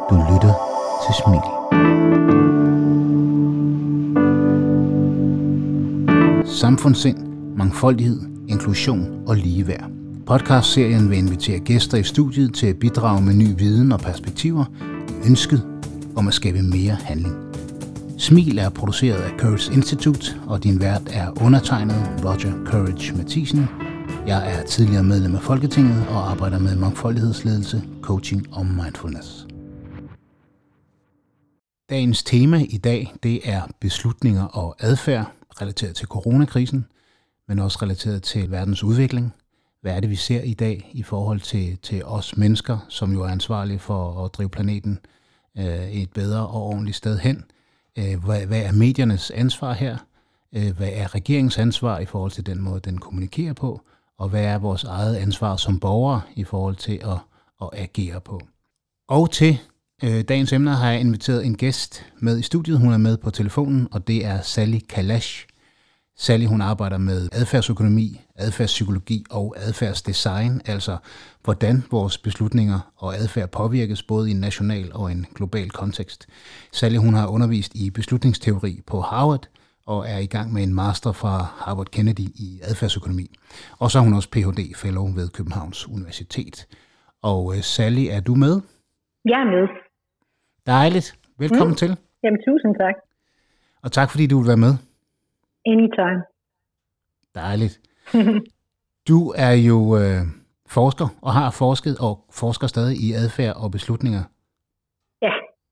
Du lytter til Smil. Samfundssind, mangfoldighed, inklusion og ligeværd. Podcastserien vil invitere gæster i studiet til at bidrage med ny viden og perspektiver i ønsket om at skabe mere handling. Smil er produceret af Courage Institute, og din vært er undertegnet Roger Courage Mathisen. Jeg er tidligere medlem af Folketinget og arbejder med mangfoldighedsledelse, coaching og mindfulness. Dagens tema i dag, det er beslutninger og adfærd relateret til coronakrisen, men også relateret til verdens udvikling. Hvad er det, vi ser i dag i forhold til os mennesker, som jo er ansvarlige for at drive planeten et bedre og ordentligt sted hen? Hvad er mediernes ansvar her? Hvad er regeringens ansvar i forhold til den måde, den kommunikerer på? Og hvad er vores eget ansvar som borgere i forhold til at agere på? Og til dagens emner har jeg inviteret en gæst med i studiet. Hun er med på telefonen, og det er Sally Kalash. Sally, hun arbejder med adfærdsøkonomi, adfærdspsykologi og adfærdsdesign, altså hvordan vores beslutninger og adfærd påvirkes både i en national og en global kontekst. Sally, hun har undervist i beslutningsteori på Harvard og er i gang med en master fra Harvard Kennedy i adfærdsøkonomi. Og så er hun også Ph.D.-fellow ved Københavns Universitet. Og Sally, er du med? Jeg er med. Dejligt. Velkommen til. Jamen, tusind tak. Og tak fordi du vil være med. Anytime. Dejligt. Du er jo forsker og har forsket og forsker stadig i adfærd og beslutninger. Ja.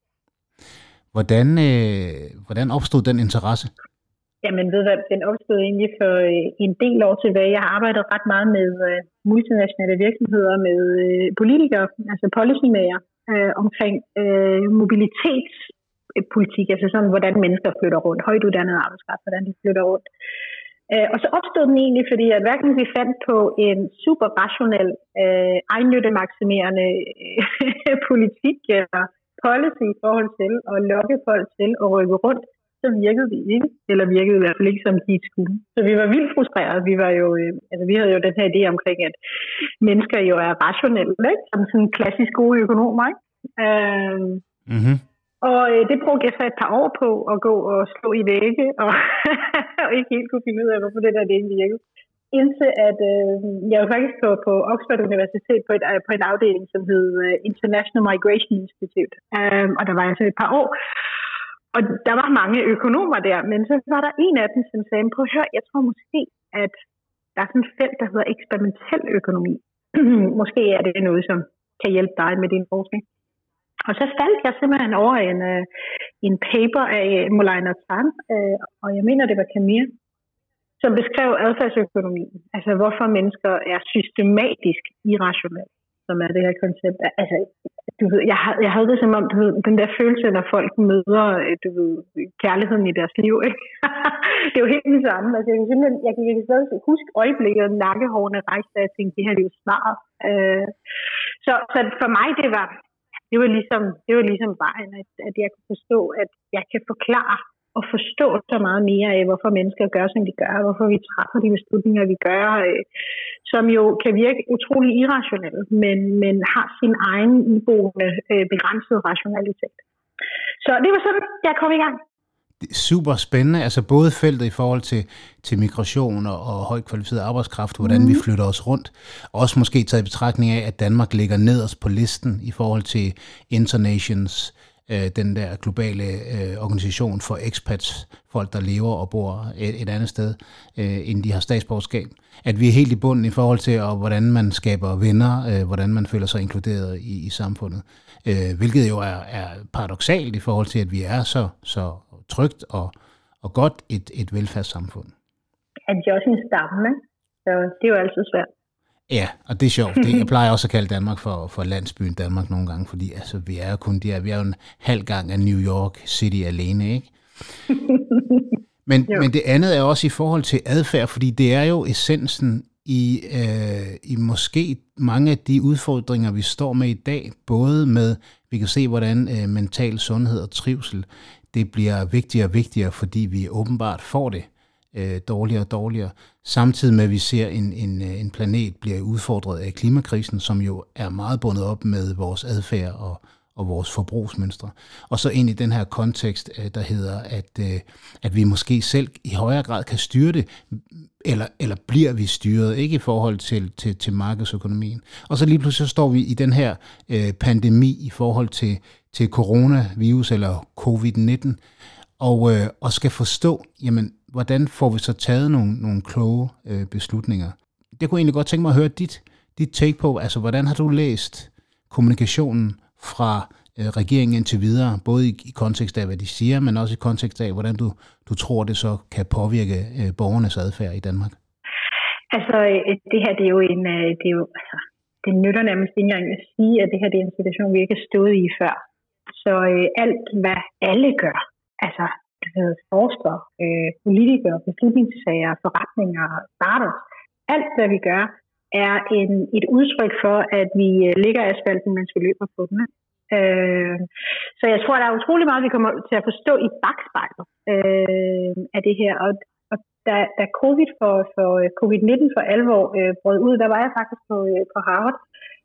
Hvordan opstod den interesse? Jamen, ved hvad, den opstod egentlig for en del år tilbage. Jeg har arbejdet ret meget med multinationale virksomheder, med politikere, altså policymager, omkring mobilitetspolitik, altså sådan, hvordan mennesker flytter rundt, højtuddannet arbejdskraft, hvordan de flytter rundt. Og så opstod den egentlig, fordi at hverken vi fandt på en super rationel, egennyttemaksimerende politik eller policy i forhold til at lokke folk til at rykke rundt, så virkede vi ikke, eller virkede i hvert fald ikke som de skulle. Så vi var vildt frustrerede. Vi havde jo den her idé omkring, at mennesker jo er rationelle, ikke? Som sådan klassisk gode økonomer, ikke? Og det brugte jeg så et par år på at gå og slå i vægge, og ikke helt kunne finde ud af, hvorfor det der det egentlig virkede. Indtil at jeg var faktisk på Oxford Universitet på en afdeling, som hed International Migration Institute. Og der var jeg så et par år. Og der var mange økonomer der, men så var der en af dem, som sagde, prøv at høre, jeg tror måske, at der er sådan et felt, der hedder eksperimentel økonomi. Måske er det noget, som kan hjælpe dig med din forskning. Og så faldt jeg simpelthen over en paper af Molay Nathan, og jeg mener, det var Camille, som beskrev adfærdsøkonomi. Altså, hvorfor mennesker er systematisk irrationelle, som er det her koncept. Altså, du ved, jeg havde det som om, du ved, den der følelse, når folk møder, du ved, kærligheden i deres liv, ikke? Det er jo helt det samme. Altså, jeg kan stadig huske øjeblikket, nakkehårene rejste, og jeg tænkte, det her det er jo smart. Så for mig, det var ligesom vejen, at jeg kunne forstå, at jeg kan forklare og forstå så meget mere af, hvorfor mennesker gør, som de gør, hvorfor vi træffer de beslutninger, vi gør, som jo kan virke utrolig irrationelle, men har sin egen iboende begrænsede rationalitet. Så det var sådan, jeg kom i gang. Super spændende, altså både feltet i forhold til migration og højt kvalificeret arbejdskraft, hvordan vi flytter os rundt, også måske taget i betragtning af, at Danmark ligger nederst på listen i forhold til Internations, den der globale organisation for expats, folk der lever og bor et andet sted, end de har statsborgerskab. At vi er helt i bunden i forhold til, hvordan man skaber venner, hvordan man føler sig inkluderet i samfundet. Hvilket jo er paradoksalt i forhold til, at vi er så trygt og godt et velfærdssamfund. At vi er også en stamme, så det er jo altid svært. Ja, og det er sjovt. Jeg plejer også at kalde Danmark for landsbyen Danmark nogle gange, fordi altså, vi er jo en halv gang af New York City alene, ikke? Men det andet er også i forhold til adfærd, fordi det er jo essensen i måske mange af de udfordringer, vi står med i dag, både med, vi kan se, hvordan mental sundhed og trivsel, det bliver vigtigere og vigtigere, fordi vi åbenbart får det dårligere og dårligere, samtidig med, at vi ser en planet bliver udfordret af klimakrisen, som jo er meget bundet op med vores adfærd og vores forbrugsmønstre. Og så ind i den her kontekst, der hedder, at vi måske selv i højere grad kan styre det, eller bliver vi styret, ikke i forhold til markedsøkonomien. Og så lige pludselig står vi i den her pandemi i forhold til coronavirus eller covid-19, og skal forstå, jamen, hvordan får vi så taget nogle kloge beslutninger. Jeg kunne egentlig godt tænke mig at høre dit take på, altså hvordan har du læst kommunikationen fra regeringen indtil videre, både i kontekst af, hvad de siger, men også i kontekst af, hvordan du tror, det så kan påvirke borgernes adfærd i Danmark? Altså, det her, det er jo det nytter nærmest ikke engang at sige, at det her det er en situation, vi ikke har stået i før. Så alt, hvad alle gør, altså forskere, politikere, beslutningstager, forretninger, startups, alt, hvad vi gør, er et udtryk for, at vi ligger asfalten, mens vi løber på den. Så jeg tror, der er utrolig meget, vi kommer til at forstå i bagspejlet af det her. Og da covid-19 for alvor brød ud, der var jeg faktisk på Harvard,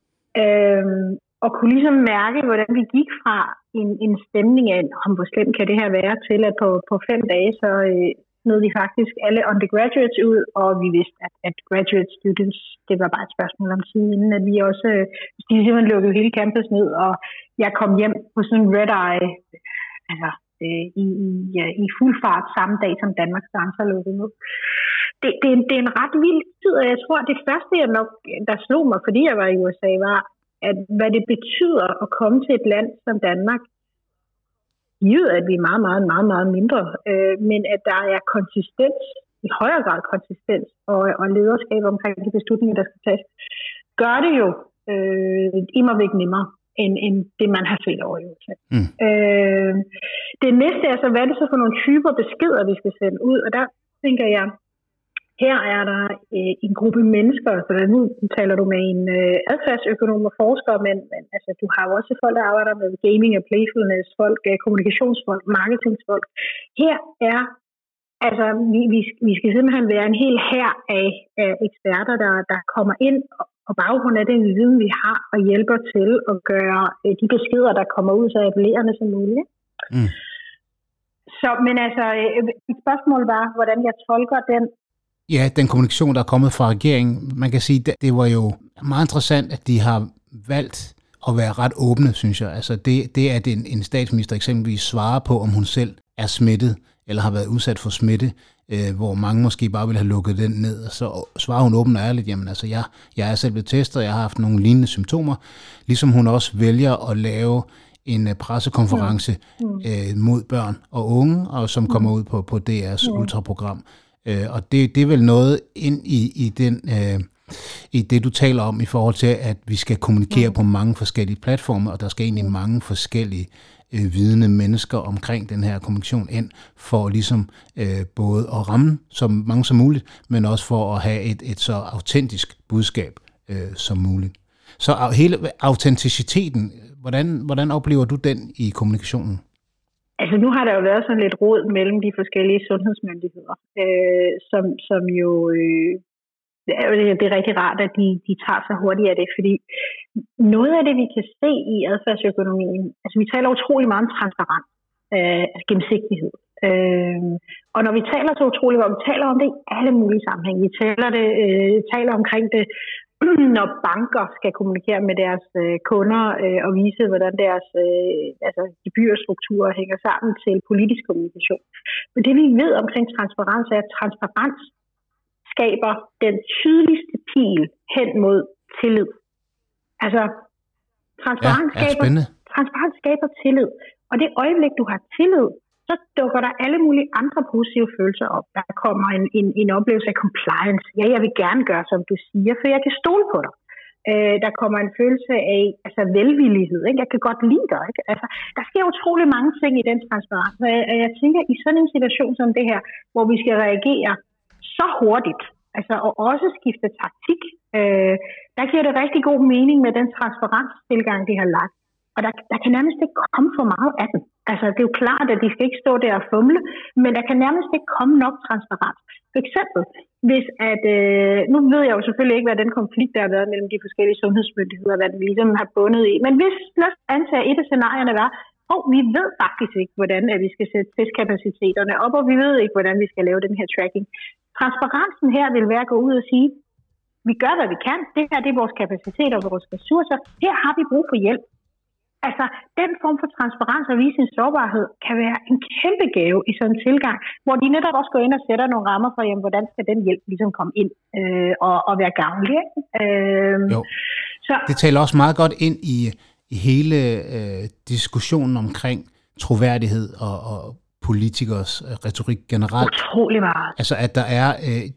og kunne ligesom mærke, hvordan vi gik fra en stemning af, hvor slemt kan det her være, til at på 5 dage, så smed vi faktisk alle undergraduates ud, og vi vidste, at graduate students, det var bare et spørgsmål om tid, inden at vi også, de simpelthen lukkede hele campus ned, og jeg kom hjem på sådan en red-eye, altså i fuld fart samme dag, som Danmarks grænser lukkede ned. Det er en ret vild tid, og jeg tror, det første, der slog mig, fordi jeg var i USA, var, at hvad det betyder at komme til et land som Danmark, givet at vi er meget, meget, meget, meget mindre, men at der er konsistens, i højere grad konsistens, og lederskab omkring de beslutninger, der skal tages, gør det jo immervæk nemmere, end det, man har set over i USA. Det næste er så, hvad er det så for nogle typer beskeder, vi skal sende ud, og der tænker jeg, her er der en gruppe mennesker, så nu taler du med en adfærdsøkonom og forsker, men altså, du har jo også folk, der arbejder med gaming og playfulness, folk, kommunikationsfolk, marketingsfolk. Her er, altså, vi skal simpelthen være en hel hær af eksperter, der kommer ind og baggrund af den viden, vi har, og hjælper til at gøre de beskeder, der kommer ud, så appellerende som muligt. Så, men altså, et spørgsmål var, hvordan jeg tolker den. Ja, den kommunikation, der er kommet fra regeringen, man kan sige, det var jo meget interessant, at de har valgt at være ret åbne, synes jeg. Altså det at en statsminister eksempelvis svarer på, om hun selv er smittet, eller har været udsat for smitte, hvor mange måske bare ville have lukket den ned, og så svarer hun åbent og ærligt, jamen altså jeg er selv blevet testet, jeg har haft nogle lignende symptomer, ligesom hun også vælger at lave en pressekonference mod børn og unge, og som kommer ud på DR's ultraprogram. Og det er vel noget ind i det, du taler om i forhold til, at vi skal kommunikere på mange forskellige platforme, og der skal egentlig mange forskellige vidende mennesker omkring den her kommunikation ind, for ligesom både at ramme så mange som muligt, men også for at have et så autentisk budskab som muligt. Så hele autenticiteten, hvordan oplever du den i kommunikationen? Altså nu har der jo været sådan lidt rod mellem de forskellige sundhedsmyndigheder, som jo det er rigtig rart, at de tager sig hurtigt af det, fordi noget af det, vi kan se i adfærdsøkonomien, altså vi taler utrolig meget om transparens, gennemsigtighed. Og når vi taler så utroligt meget, vi taler om det i alle mulige sammenhæng. Vi taler omkring det, når banker skal kommunikere med deres kunder og vise, hvordan deres gebyrstrukturer hænger sammen til politisk kommunikation. Men det vi ved omkring transparens er, at transparens skaber den tydeligste hen mod tillid. Altså, transparens skaber tillid. Og det øjeblik, du har tillid, så dukker der alle mulige andre positive følelser op. Der kommer en oplevelse af compliance. Ja, jeg vil gerne gøre, som du siger, for jeg kan stole på dig. Der kommer en følelse af velvillighed. Ikke? Jeg kan godt lide dig. Ikke? Altså, der sker utrolig mange ting i den transparens. Og jeg tænker, i sådan en situation som det her, hvor vi skal reagere så hurtigt, altså, og også skifte taktik, der giver det rigtig god mening med den transparenstilgang, de har lagt. Og der kan nærmest ikke komme for meget af den. Altså, det er jo klart, at de skal ikke stå der og fumle, men der kan nærmest ikke komme nok transparens. For eksempel, hvis at, nu ved jeg jo selvfølgelig ikke, hvad den konflikt, der har været mellem de forskellige sundhedsmyndigheder, hvad den ligesom har bundet i, men hvis, lad os antage, et af scenarierne var, vi ved faktisk ikke, hvordan at vi skal sætte testkapaciteterne op, og vi ved ikke, hvordan vi skal lave den her tracking. Transparensen her vil være at gå ud og sige, vi gør, hvad vi kan, det her det er vores kapacitet og vores ressourcer, her har vi brug for hjælp. Altså, den form for transparens og vise sin sårbarhed kan være en kæmpe gave i sådan en tilgang, hvor de netop også går ind og sætter nogle rammer for, jamen, hvordan skal den hjælp ligesom komme ind og være gavnlig. Jo. Så det taler også meget godt ind i hele diskussionen omkring troværdighed og politikers retorik generelt. Utrolig meget. Altså, at der er,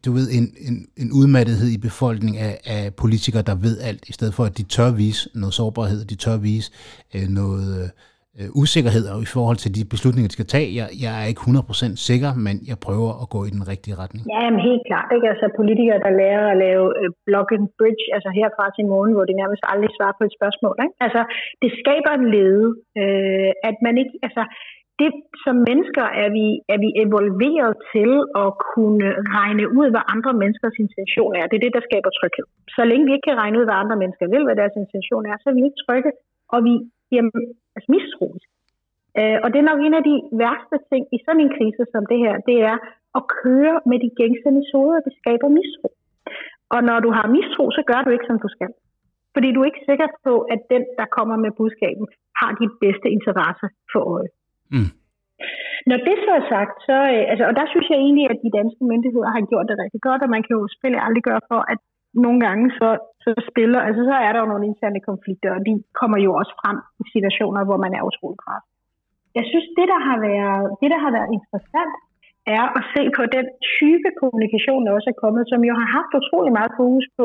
en udmattethed i befolkningen af politikere, der ved alt, i stedet for, at de tør vise noget sårbarhed, de tør vise noget usikkerhed i forhold til de beslutninger, de skal tage. Jeg er ikke 100% sikker, men jeg prøver at gå i den rigtige retning. Ja, men helt klart. Ikke? Altså, politikere, der lærer at lave block and bridge, altså herfra til morgen, hvor de nærmest aldrig svarer på et spørgsmål. Ikke? Altså, det skaber en lede, at man ikke... Altså, det, som mennesker er vi evolveret til at kunne regne ud, hvad andre menneskers intention er. Det er det, der skaber tryghed. Så længe vi ikke kan regne ud, hvad andre mennesker vil, hvad deres intention er, så er vi ikke trygge, og vi bliver mistroiske. Og det er nok en af de værste ting i sådan en krise som det her, det er at køre med de gængse metoder, det skaber mistro. Og når du har mistro, så gør du ikke, som du skal. Fordi du er ikke sikker på, at den, der kommer med budskaben, har dit bedste interesse for øje. Mm. Når det så er sagt, så, og der synes jeg egentlig, at de danske myndigheder har gjort det rigtig godt, og man kan jo selvfølgelig aldrig gøre for, at nogle gange så er der jo nogle interne konflikter, og de kommer jo også frem i situationer, hvor man er utrolig kraft. Jeg synes, det der har været interessant, er at se på den type kommunikation, der også er kommet, som jo har haft utrolig meget fokus på,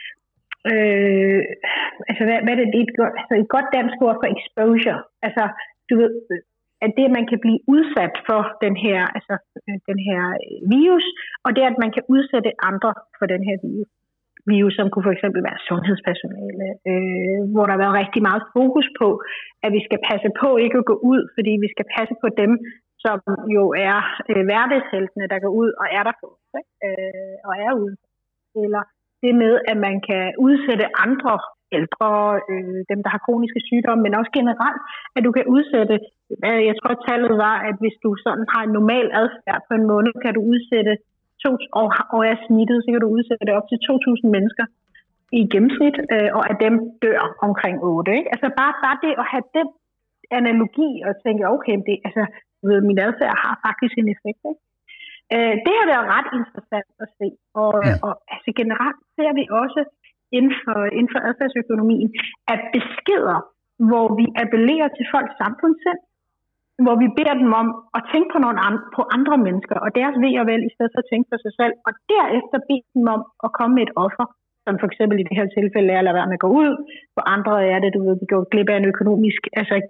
hvad er det, et godt dansk ord for exposure. Altså, du ved, at det, at man kan blive udsat for den her virus, og det, at man kan udsætte andre for den her virus, som kunne for eksempel være sundhedspersonale, hvor der har været rigtig meget fokus på, at vi skal passe på ikke at gå ud, fordi vi skal passe på dem, som jo er hverdagsheltene, der går ud og er der for os, og er ude. Eller det med, at man kan udsætte andre ældre, dem der har kroniske sygdomme, men også generelt, at du kan udsætte, jeg tror tallet var, at hvis du sådan har en normal adfærd på en måned, kan du udsætte og er smittet, så kan du udsætte op til 2.000 mennesker i gennemsnit, og af dem dør omkring 8. Ikke? Altså bare det at have den analogi og tænke, okay, min adfærd har faktisk en effekt. Ikke? Det har været ret interessant at se, og altså generelt ser vi også inden for adfærdsøkonomien, at beskeder, hvor vi appellerer til folks samfundssind, hvor vi beder dem om at tænke på andre mennesker, og deres ved og vel, i stedet for at tænke på sig selv, og derefter bede dem om at komme med et offer, som for eksempel i det her tilfælde er at lade være med at gå ud, for andre er det, de går glip af en økonomisk,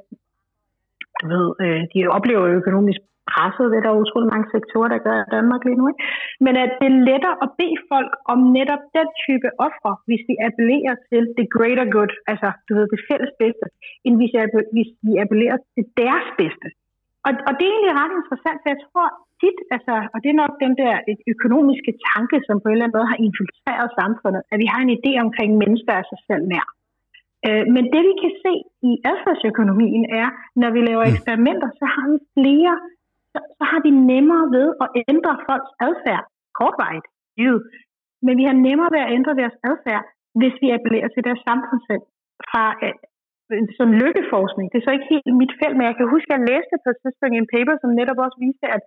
de oplever økonomisk presset, det er der utrolig mange sektorer, der gør i Danmark lige nu. Ikke? Men at det er lettere at bede folk om netop den type ofre, hvis vi appellerer til the greater good, altså det fælles bedste, end hvis vi appellerer til deres bedste. Og det er egentlig ret interessant, for jeg tror tit, og det er nok den der økonomiske tanke, som på en eller anden måde har infiltreret samfundet, at vi har en idé omkring mennesker af sig selv nær. Men det vi kan se i adfærdsøkonomien er, når vi laver eksperimenter, så har vi flere, så har vi nemmere ved at ændre folks adfærd kortvarigt. Men vi har nemmere ved at ændre deres adfærd, hvis vi appellerer til deres samfundssind fra sådan lykkeforskning. Det er så ikke helt mit felt, men jeg kan huske, at jeg læste på et tidspunkt en paper, som netop også viste, at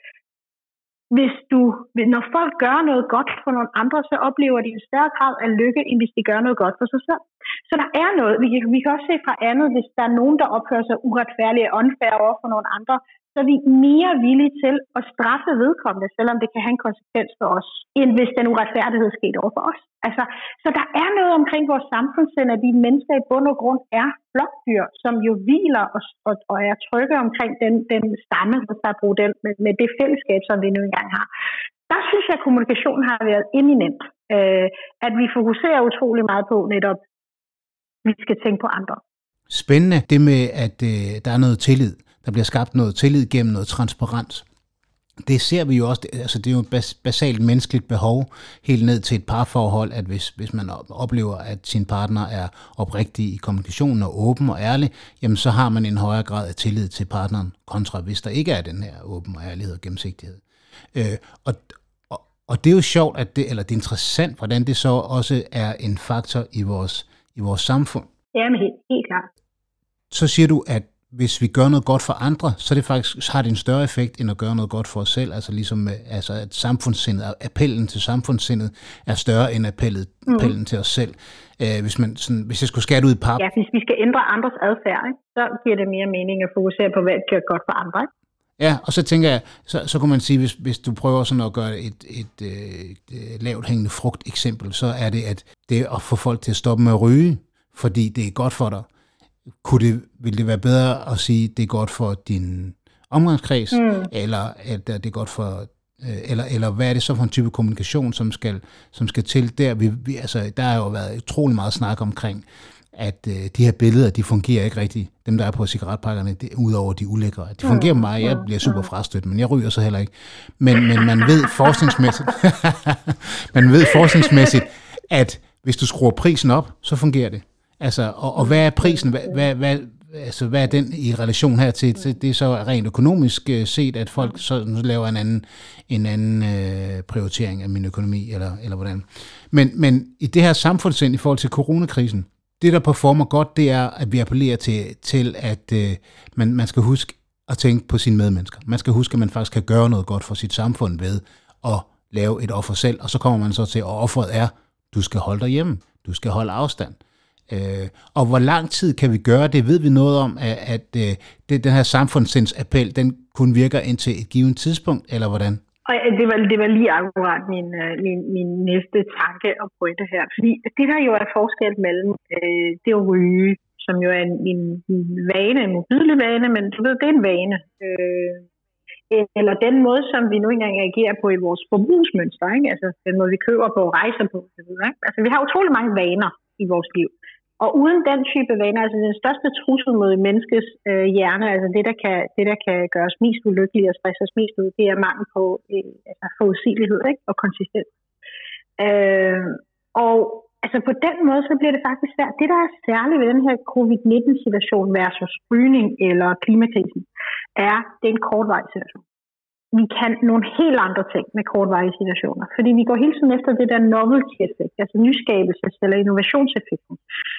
når folk gør noget godt for nogle andre, så oplever de en større grad af lykke, end hvis de gør noget godt for sig selv. Så der er noget. Vi kan også se fra andet, hvis der er nogen, der opfører sig uretfærdigt og unfair over for nogle andre, så er vi mere villige til at straffe vedkommende, selvom det kan have en konsekvens for os, end hvis den uretfærdighed sker over for os. Altså, så der er noget omkring vores samfundssind, at de mennesker i bund og grund er flokdyr, som jo hviler og er trygge omkring den stamme, der er brugt den med det fællesskab, som vi nu engang har. Der synes jeg, at kommunikationen har været eminent. At vi fokuserer utrolig meget på netop, vi skal tænke på andre. Spændende det med, at der er noget tillid. Der bliver skabt noget tillid gennem noget transparens. det ser vi jo også, altså det er jo et basalt menneskeligt behov, helt ned til et parforhold, at hvis man oplever, at sin partner er oprigtig i kommunikationen og åben og ærlig, jamen så har man en højere grad af tillid til partneren, kontra hvis der ikke er den her åben og ærlighed og gennemsigtighed. Og det er jo sjovt, eller det er interessant, hvordan det så også er en faktor i vores samfund. Jamen helt klart. Så siger du, at hvis vi gør noget godt for andre, så er det faktisk, har det en større effekt, end at gøre noget godt for os selv. Altså ligesom at samfundssindet, appellen til samfundssindet er større end appellen til os selv. Hvis jeg skulle skære det ud i pap. Ja, hvis vi skal ændre andres adfærd, ikke, så giver det mere mening at fokusere på, hvad der gør godt for andre. Ikke? Ja, og så tænker jeg, så kunne man sige, hvis du prøver sådan at gøre et lavt hængende frugt eksempel, så er det, at det at få folk til at stoppe med at ryge, fordi det er godt for dig. Vil det være bedre at sige, at det er godt for din omgangskreds, eller at det er godt for, eller hvad er det så for en type kommunikation, som skal til der? Altså, der har jo været utrolig meget snak omkring, at de her billeder, de fungerer ikke rigtigt. Dem, der er på cigaretpakkerne, udover de ulækre. De fungerer meget. Jeg bliver super frastødt, men jeg ryger så heller ikke. Men man ved forskningsmæssigt, at hvis du skruer prisen op, så fungerer det. Altså, og hvad er prisen? Hvad er den i relation her til? Det er så rent økonomisk set, at folk så laver en anden prioritering af min økonomi, eller hvordan. Men i det her samfundssind i forhold til coronakrisen, det der performer godt, det er, at vi appellerer til at man skal huske at tænke på sine medmennesker. Man skal huske, at man faktisk kan gøre noget godt for sit samfund ved at lave et offer selv, og så kommer man så til, at offeret er, du skal holde dig hjemme, du skal holde afstand. Og hvor lang tid kan vi gøre det? Ved vi noget om, at den her samfundssindsappel, den kun virker indtil et givet tidspunkt, eller hvordan? Og det var lige akkurat min næste tanke og pointe her. Fordi det der jo er forskel mellem det at ryge, som jo er en vane, en modbydelig vane, men du ved, det er en vane. Eller den måde, som vi nu engang reagerer på i vores forbrugsmønster, ikke? Altså den måde, vi køber på og rejser på. Altså vi har utrolig mange vaner i vores liv. Og uden den type vaner, altså den største trussel mod menneskets hjerne, altså det der kan gøre os mest ulykkelige og stresse os mest ud, det er mangel på forudsigelighed, ikke? Og konsistens. Og altså på den måde, så bliver det faktisk svært. Det, der er særligt ved den her covid-19-situation versus rygning eller klimakrisen, det er en kortvarig situation. Vi kan nogle helt andre ting med kortvarige situationer, fordi vi går hele tiden efter det der novelty-effekt, altså nyskabelses- eller innovationseffekten.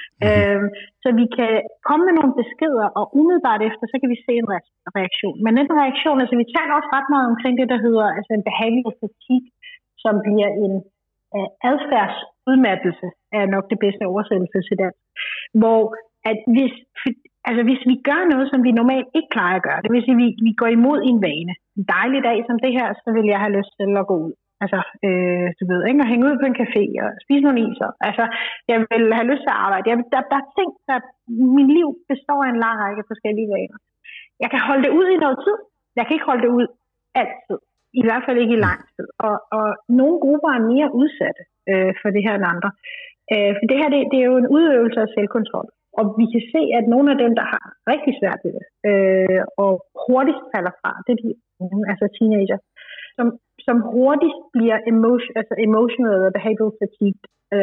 Så vi kan komme med nogle beskeder, og umiddelbart efter, så kan vi se en reaktion. Men den reaktion, altså vi taler også ret meget omkring det, der hedder altså en behavioral fatigue, som bliver en adfærdsudmattelse, er nok det bedste oversættelse til det. Hvor at hvis vi gør noget, som vi normalt ikke plejer at gøre, det vil sige, at vi går imod en vane. En dejlig dag som det her, så vil jeg have lyst til at gå ud. Altså, du ved, ikke? At hænge ud på en café og spise nogle iser. Altså, jeg vil have lyst til at arbejde. Der er ting, der min liv består af en lang række forskellige vaner. Jeg kan holde det ud i noget tid. Jeg kan ikke holde det ud altid. I hvert fald ikke i lang tid. Og nogle grupper er mere udsatte for det her end andre. For det her, det er jo en udøvelse af selvkontrol. Og vi kan se, at nogle af dem, der har rigtig svært ved det, og hurtigst falder fra, det er de altså teenager, som hurtigst bliver emotional eller behavioral fatigue,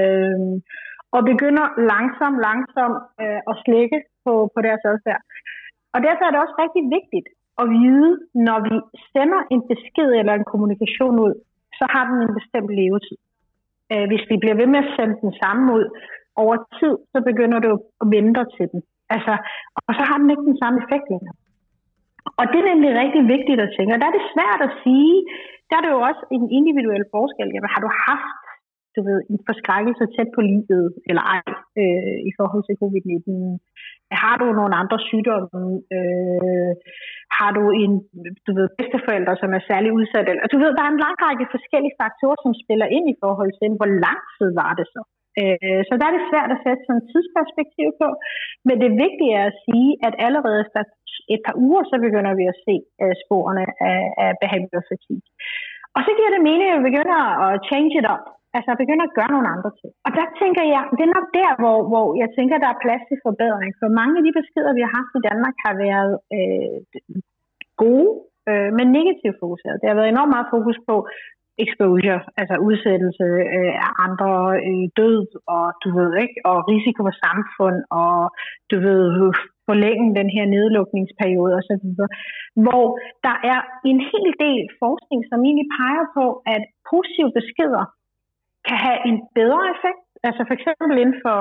og begynder langsomt at slække på deres adfærd. Og derfor er det også rigtig vigtigt at vide, når vi sender en besked eller en kommunikation ud, så har den en bestemt levetid. Hvis vi bliver ved med at sende den samme ud, over tid, så begynder du at vente til den. Altså, og så har den ikke den samme effekt længere. Og det er nemlig rigtig vigtigt at tænke. Og der er det svært at sige, der er det jo også en individuel forskel. Jamen, har du haft, en forskrækkelse tæt på livet, eller ej, i forhold til covid-19? Har du nogle andre sygdomme? Har du en, bedsteforældre, som er særlig udsat? Eller, der er en lang række forskellige faktorer, som spiller ind i forhold til, hvor lang tid var det så? Så der er det svært at sætte sådan et tidsperspektiv på, men det vigtige er at sige, at allerede efter et par uger, så begynder vi at se sporene af behavioral fatigue. Og så giver det mening, at vi begynder at change it up, altså begynder at gøre nogle andre ting. Og der tænker jeg, det er nok der, hvor jeg tænker, der er plads til forbedring, for mange af de beskeder, vi har haft i Danmark, har været gode, men negativt fokuseret. Det har været enormt meget fokus på exposure, altså udsættelse af andre, død og du ved ikke, og risiko for samfund og du ved forlænge den her nedlukningsperiode og så videre, hvor der er en hel del forskning, som egentlig peger på, at positive beskeder kan have en bedre effekt. Altså for eksempel inden for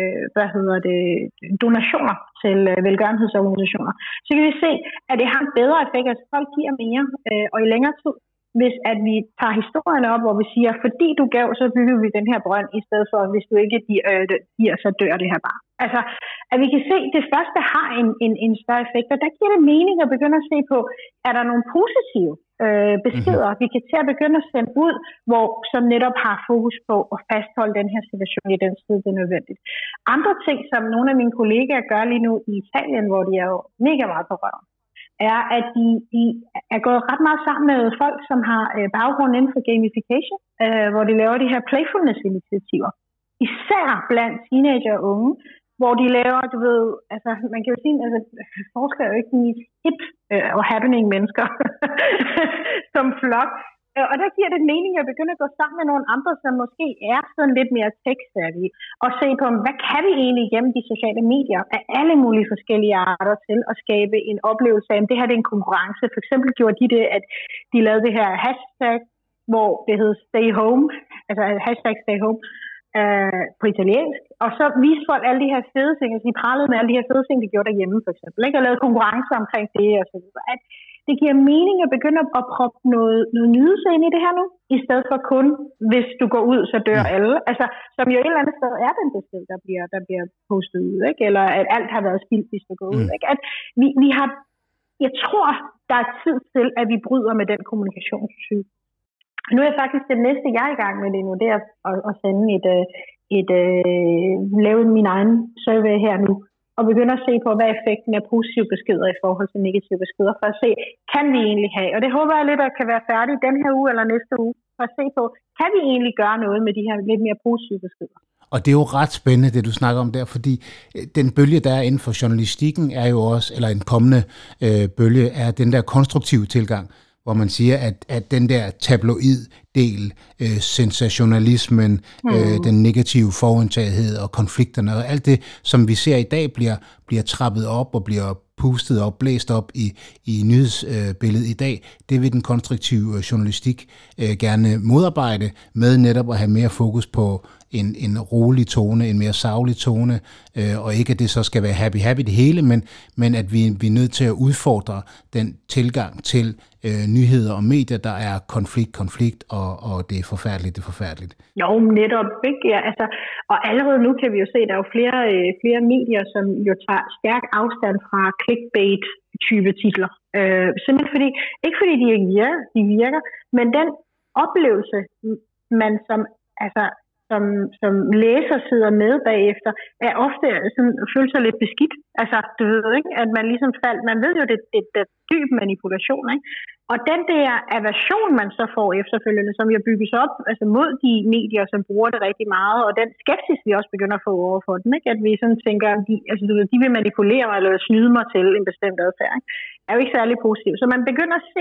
donationer til velgørenhedsorganisationer, så kan vi se, at det har en bedre effekt, altså folk giver mere og i længere tid, hvis at vi tager historierne op, hvor vi siger, fordi du gav, så bygger vi den her brønd, i stedet for, hvis du ikke giver, så dør det her bare. Altså, at vi kan se, at det første har en større effekt, og der giver det mening at begynde at se på, er der nogle positive beskeder, vi kan til at begynde at sende ud, som netop har fokus på at fastholde den her situation i den tid, det er nødvendigt. Andre ting, som nogle af mine kollegaer gør lige nu i Italien, hvor de er jo mega meget på røven, er, at de er gået ret meget sammen med folk, som har baggrund inden for gamification, hvor de laver de her playfulness-initiativer. Især blandt teenager og unge, hvor de laver, du ved, altså man kan jo sige, altså forskere er jo ikke de hip og happening mennesker som flok. Og der giver det mening at begynde at gå sammen med nogle andre, som måske er sådan lidt mere tech-savvy, og se på, hvad kan vi egentlig gennem de sociale medier af alle mulige forskellige arter til at skabe en oplevelse af, at det her det er en konkurrence. For eksempel gjorde de det, at de lavede det her hashtag, hvor det hed stay home, altså hashtag stay home, på italiensk, og så viste folk alle de her fede ting, altså de pralede med alle de her fede ting, de gjorde derhjemme for eksempel, ikke? Og lavede konkurrencer omkring det og så videre. At det giver mening at begynde at proppe noget nydelse ind i det her nu, i stedet for kun, hvis du går ud, så dør alle. Altså, som jo et eller andet sted er den besked, der bliver postet ud, ikke? Eller at alt har været spildt, hvis du går ud, ikke? At vi har, jeg tror, der er tid til, at vi bryder med den kommunikationstype. Nu er faktisk det næste, jeg er i gang med det nu, det er at sende lave min egen survey her nu, og begynde at se på, hvad effekten af positive beskeder i forhold til negative beskeder, for at se, kan vi egentlig have, og det håber jeg lidt, at kan være færdigt den her uge eller næste uge, for at se på, kan vi egentlig gøre noget med de her lidt mere positive beskeder. Og det er jo ret spændende, det du snakker om der, fordi den bølge, der er inden for journalistikken, er jo også, eller en kommende bølge, er den der konstruktive tilgang, hvor man siger, at den der tabloid-del, sensationalismen, den negative forudtagethed og konflikterne og alt det, som vi ser i dag, bliver trappet op og bliver pustet op, blæst op i nyhedsbilledet i dag, det vil den konstruktive journalistik gerne modarbejde med netop at have mere fokus på en rolig tone, en mere saglig tone, og ikke at det så skal være happy det hele, men at vi er nødt til at udfordre den tilgang til nyheder og medier, der er konflikt, og det er forfærdeligt. Jo, netop. Ikke? Ja, altså, og allerede nu kan vi jo se, at der er jo flere medier, som jo tager stærk afstand fra clickbait-type titler. Simpelthen fordi, ikke fordi de virker, men den oplevelse, man som læser sidder med bagefter, er ofte sådan, føler sig lidt beskidt. Altså, du ved ikke, at man ligesom man ved jo, det er dyb manipulation, ikke? Og den der aversion, man så får efterfølgende, som jo bygges op altså mod de medier, som bruger det rigtig meget, og den skepsis, vi også begynder at få over for dem, ikke? At vi sådan tænker, de vil manipulere mig eller snyde mig til en bestemt adfærd, ikke? Er jo ikke særlig positiv. Så man begynder at se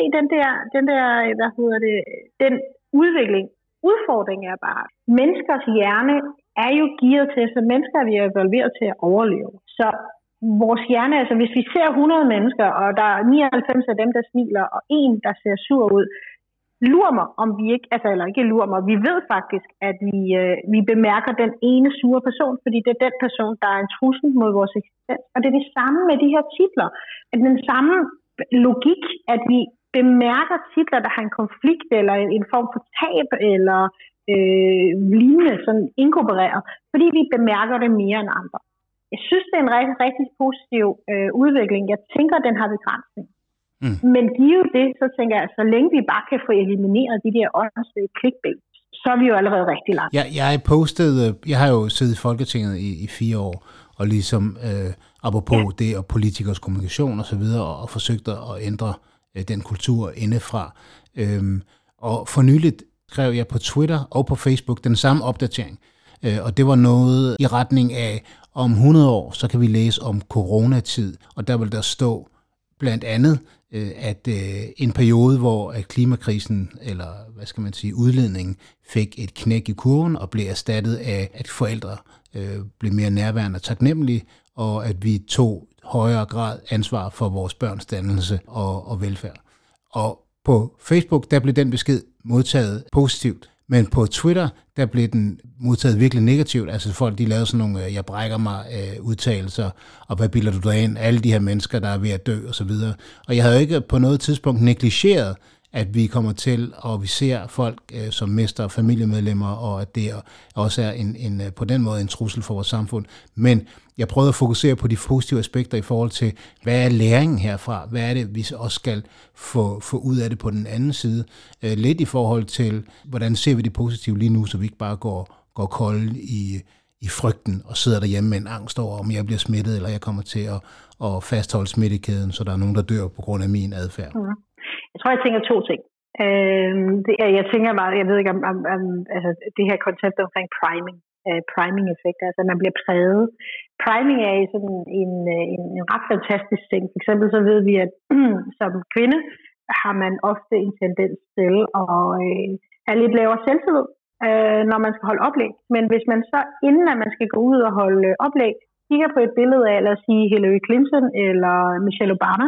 den udvikling. Udfordringen er bare, menneskers hjerne er jo gearet til, så mennesker er vi evolveret til at overleve. Så vores hjerne, altså hvis vi ser 100 mennesker, og der er 99 af dem, der smiler, og en, der ser sur ud, lurer mig, om vi ikke, eller ikke lurer mig, vi ved faktisk, at vi bemærker den ene sure person, fordi det er den person, der er en trussel mod vores eksistens. Og det er det samme med de her titler. At den samme logik, at vi bemærker titler, der har en konflikt, eller en form for tab, eller lignende, sådan inkorporeret, fordi vi bemærker det mere end andre. Jeg synes, det er en rigtig, rigtig positiv udvikling. Jeg tænker, den har begrænsning. Men givet det, så tænker jeg, at så længe vi bare kan få elimineret de der åndslige clickbait, så er vi jo allerede rigtig langt. Jeg har jo siddet i Folketinget i 4 år, og ligesom apropos det og politikers kommunikation og så videre, og forsøgt at ændre den kultur indefra. Og for nyligt skrev jeg på Twitter og på Facebook den samme opdatering. Og det var noget i retning af, om 100 år, så kan vi læse om coronatid, og der vil der stå blandt andet, at en periode, hvor at klimakrisen, eller hvad skal man sige, udledningen, fik et knæk i kurven og blev erstattet af, at forældre blev mere nærværende og taknemmelige, og at vi tog højere grad ansvar for vores børns dannelse og velfærd. Og på Facebook, der blev den besked modtaget positivt, men på Twitter, der blev den modtaget virkelig negativt. Altså folk, de lavede sådan nogle, jeg brækker mig udtalelser, og hvad bilder du dig ind? Alle de her mennesker, der er ved at dø, og så videre. Og jeg havde ikke på noget tidspunkt negligeret, at vi kommer til, og vi ser folk, som mister familiemedlemmer, og at det også er på den måde en trussel for vores samfund. Men jeg prøvede at fokusere på de positive aspekter i forhold til, hvad er læringen herfra? Hvad er det, vi også skal få ud af det på den anden side? Lidt i forhold til, hvordan ser vi det positive lige nu, så vi ikke bare går kolde i frygten og sidder derhjemme med en angst over, om jeg bliver smittet, eller jeg kommer til at fastholde smittekæden, så der er nogen, der dør på grund af min adfærd. Mm. Jeg tror, jeg tænker to ting. Jeg tænker bare, jeg ved ikke om altså det her koncept omkring priming-effekt, altså man bliver præget. Priming er sådan en ret fantastisk ting. For eksempel så ved vi, at som kvinde har man ofte en tendens til at have lidt lavere selvtillid, når man skal holde oplæg. Men hvis man så, inden at man skal gå ud og holde oplæg, kigger på et billede af, lad os sige, Hillary Clinton eller Michelle Obama,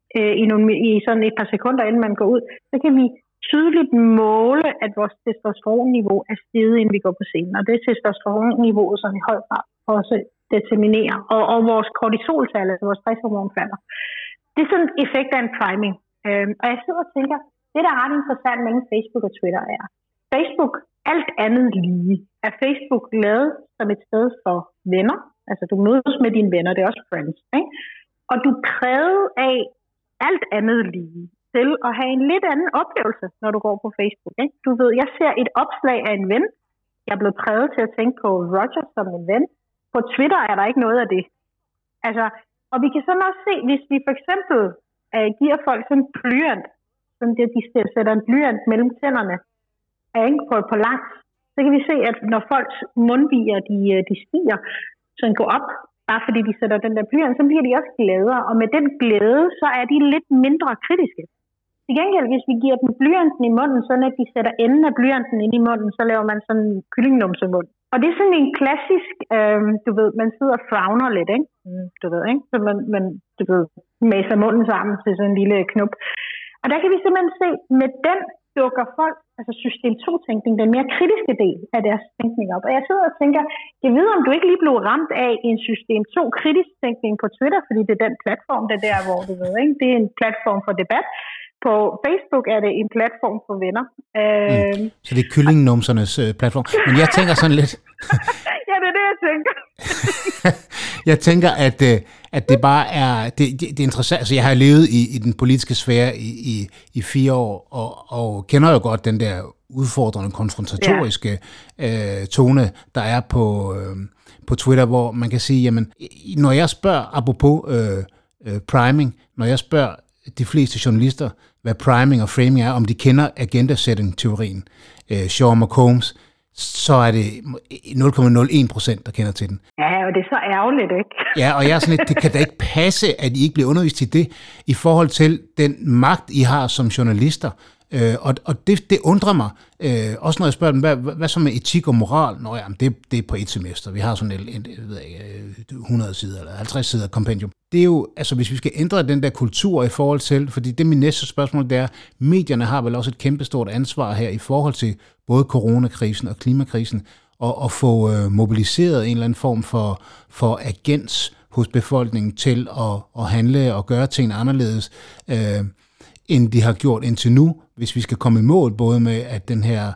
i sådan et par sekunder, inden man går ud, så kan vi tydeligt måle, at vores testosteronniveau er steget, inden vi går på scenen. Og det er testosteronniveauet, som i høj grad også determinerer. Og vores kortisoltal, altså vores stresshormon, falder. Det er sådan en effekt af en priming. Og jeg sidder og tænker, det der er ret interessant mellem Facebook og Twitter er, Facebook, alt andet lige, er Facebook lavet som et sted for venner. Altså du mødes med dine venner, det er også friends, ikke? Og du er præget af alt andet lige til at have en lidt anden oplevelse, når du går på Facebook. Ikke? Du ved, jeg ser et opslag af en ven. Jeg er blevet præget til at tænke på Roger som en ven. På Twitter er der ikke noget af det. Altså, og vi kan sådan også se, hvis vi for eksempel giver folk sådan en blyant, som det, de sætter en blyant mellem tænderne på langs, så kan vi se, at når folks mundviger, de stiger, så går op, bare fordi de sætter den der blyant, så bliver de også gladere. Og med den glæde, så er de lidt mindre kritiske. Til gengæld, hvis vi giver dem blyanten i munden, så når de sætter enden af blyanten ind i munden, så laver man sådan en kyllingnumsemund. Og det er sådan en klassisk, du ved, man sidder og frowner lidt, ikke? Du ved, ikke? Så man du ved, maser munden sammen til sådan en lille knop. Og der kan vi simpelthen se, med den dukker folk, altså system 2-tænkning, den mere kritiske del af deres tænkning op. Og jeg sidder og tænker, jeg ved, om du ikke lige blev ramt af en system 2-kritisk tænkning på Twitter, fordi det er den platform, det er der, hvor du ved, ikke? Det er en platform for debat. På Facebook er det en platform for venner. Så det er kyllingnumsernes platform. Men jeg tænker sådan lidt... Ja, det er det, jeg tænker. Jeg tænker, at det bare er... Det er interessant. Altså, jeg har levet i den politiske sfære i 4 år, og kender jo godt den der udfordrende, konfrontatoriske tone, der er på Twitter, hvor man kan sige, jamen, når jeg spørger, apropos priming, når jeg spørger de fleste journalister, hvad priming og framing er, om de kender agenda-setting-teorien, Sean McCombs, så er det 0,01%, der kender til den. Ja, og det er så ærgerligt, ikke? Ja, og jeg er sådan lidt, det kan da ikke passe, at I ikke bliver undervist i det, i forhold til den magt, I har som journalister. Og det undrer mig, også når jeg spørger dem, hvad så med etik og moral? Nå ja, det er på et semester. Vi har sådan et 100 sider eller 50 sider kompendium. Det er jo, altså hvis vi skal ændre den der kultur i forhold til, fordi det er min næste spørgsmål, det er, medierne har vel også et kæmpestort ansvar her i forhold til både coronakrisen og klimakrisen, og få mobiliseret en eller anden form for agens hos befolkningen til at handle og gøre ting anderledes, end de har gjort indtil nu, hvis vi skal komme i mål, både med, at den her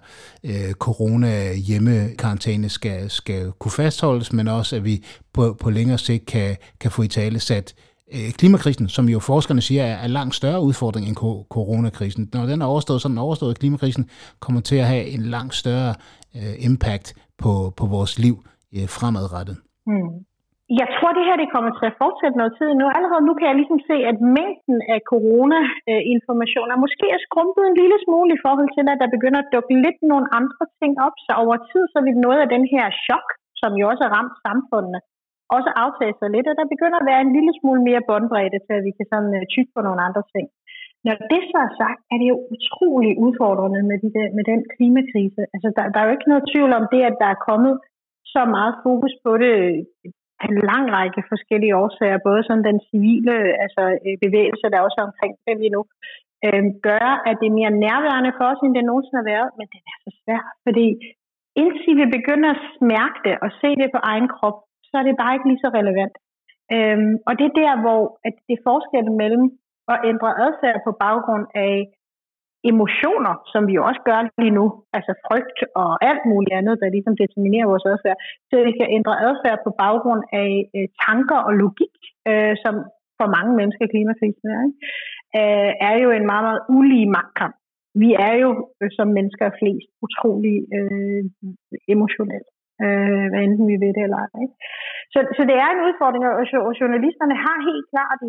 corona-hjemmekarantæne skal kunne fastholdes, men også, at vi på længere sigt kan få i tale sat klimakrisen, som jo forskerne siger er langt større udfordring end coronakrisen. Når den er overstået, så den overstået, klimakrisen kommer til at have en langt større impact på vores liv fremadrettet. Jeg tror, det her det kommer til at fortsætte noget tid nu. Allerede nu kan jeg ligesom se, at mængden af corona-informationer måske er skrumpet en lille smule i forhold til, at der begynder at dukke lidt nogle andre ting op. Så over tid, så er vi noget af den her chok, som jo også har ramt samfundene. også aftage sig lidt, og der begynder at være en lille smule mere båndbredde til, at vi kan sådan tykke på nogle andre ting. Når det så er sagt, er det jo utrolig udfordrende med den klimakrise. Altså, der er jo ikke noget tvivl om det, at der er kommet så meget fokus på det af en lang række forskellige årsager, både sådan den civile bevægelse, der også er omkring det lige nu, gør, at det er mere nærværende for os, end det nogensinde har været, men det er så svært, fordi indtil vi begynder at smærke det og se det på egen krop, så er det bare ikke lige så relevant. Og det er der, hvor at det er forskellen mellem at ændre adfærd på baggrund af emotioner, som vi jo også gør lige nu, altså frygt og alt muligt andet, der ligesom determinerer vores adfærd, så vi kan ændre adfærd på baggrund af tanker og logik, som for mange mennesker i klimakrisen er jo en meget, meget ulige magtkamp. Vi er jo som mennesker flest utrolig emotionelle, hvad enten vi ved det eller ej. Så det er en udfordring, og journalisterne har helt klart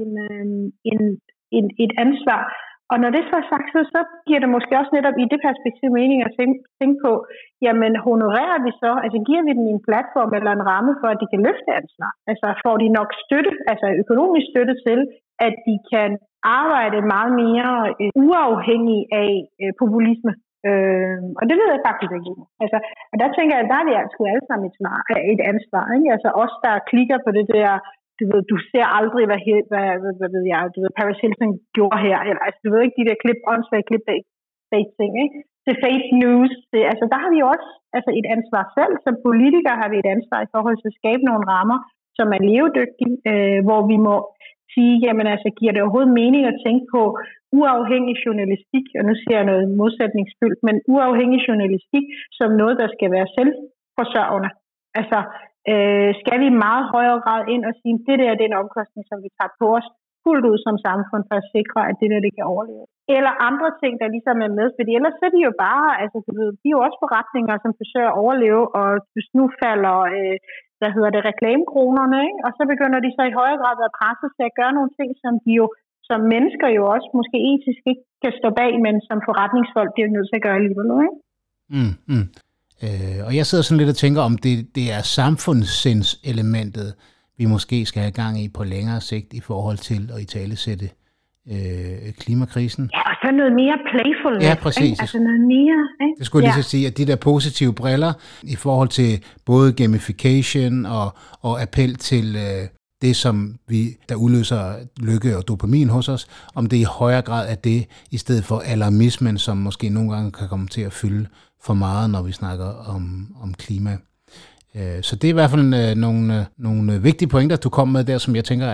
et ansvar. Og når det så er sagt, så giver det måske også netop i det perspektiv mening at tænke på, jamen honorerer vi så, altså giver vi dem en platform eller en ramme for, at de kan løfte ansvar? Altså får de nok støtte, altså økonomisk støtte til, at de kan arbejde meget mere uafhængig af populisme? Og det ved jeg faktisk ikke. Altså, og der tænker jeg, at der er vi altså alle sammen et ansvar. Ikke? Altså os, der klikker på det der, du ser aldrig, hvad ved jeg, Paris Hilton gjorde her. Eller, altså, du ved ikke, de der åndssvage klip bag ting. Ikke? Det fake news. Altså, der har vi også et ansvar selv. Som politikere har vi et ansvar i forhold til at skabe nogle rammer, som er levedygtige, hvor vi må sige, jamen altså, giver det overhovedet mening at tænke på uafhængig journalistik, og nu siger jeg noget modsætningsfyldt, men uafhængig journalistik som noget, der skal være selvforsørgende. Altså, skal vi i meget højere grad ind og sige, det der er den omkostning, som vi tager på os fuldt ud som samfund for at sikre, at det der det kan overleve. Eller andre ting, der ligesom er med, fordi ellers så er de jo bare, altså de er jo også forretninger, som forsøger at overleve, og hvis nu falder reklamekronerne, ikke? Og så begynder de så i højere grad at presse sig at gøre nogle ting, som de jo som mennesker jo også måske etisk ikke kan stå bag, men som forretningsfolk bliver nødt til at gøre alligevel, ikke? Og jeg sidder sådan lidt og tænker, om det er samfundssindselementet, vi måske skal have gang i på længere sigt i forhold til at italesætte klimakrisen. Ja, og så noget mere playful. Ja, præcis. Altså noget mere, ikke? Det skulle jeg lige så sige, at de der positive briller i forhold til både gamification og appel til det, som der udløser lykke og dopamin hos os, om det i højere grad er det, i stedet for alarmismen, som måske nogle gange kan komme til at fylde for meget, når vi snakker om klima. Så det er i hvert fald nogle vigtige pointer, du kom med der, som jeg tænker,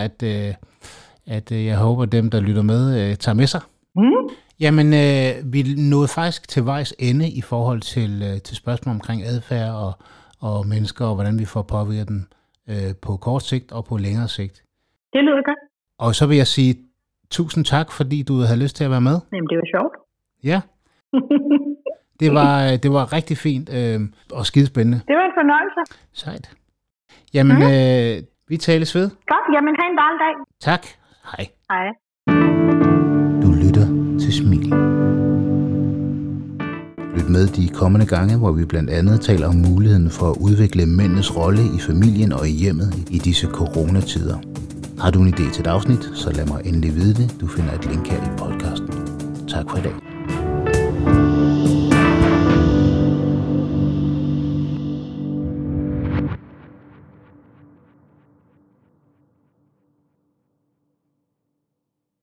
at jeg håber, dem, der lytter med, tager med sig. Jamen, vi nåede faktisk til vejs ende i forhold til spørgsmål omkring adfærd og mennesker, og hvordan vi får påvirket dem på kort sigt og på længere sigt. Det lyder godt. Og så vil jeg sige tusind tak, fordi du havde lyst til at være med. Jamen, det var sjovt. Ja. Det var rigtig fint og skidespændende. Det var en fornøjelse. Sejt. Jamen, vi tales ved. Godt, jamen have en dejlig dag. Tak. Hej. Hej. Du lytter til Smil. Lyt med de kommende gange, hvor vi blandt andet taler om muligheden for at udvikle mændenes rolle i familien og i hjemmet i disse coronatider. Har du en idé til et afsnit, så lad mig endelig vide det. Du finder et link her i podcasten. Tak for i dag.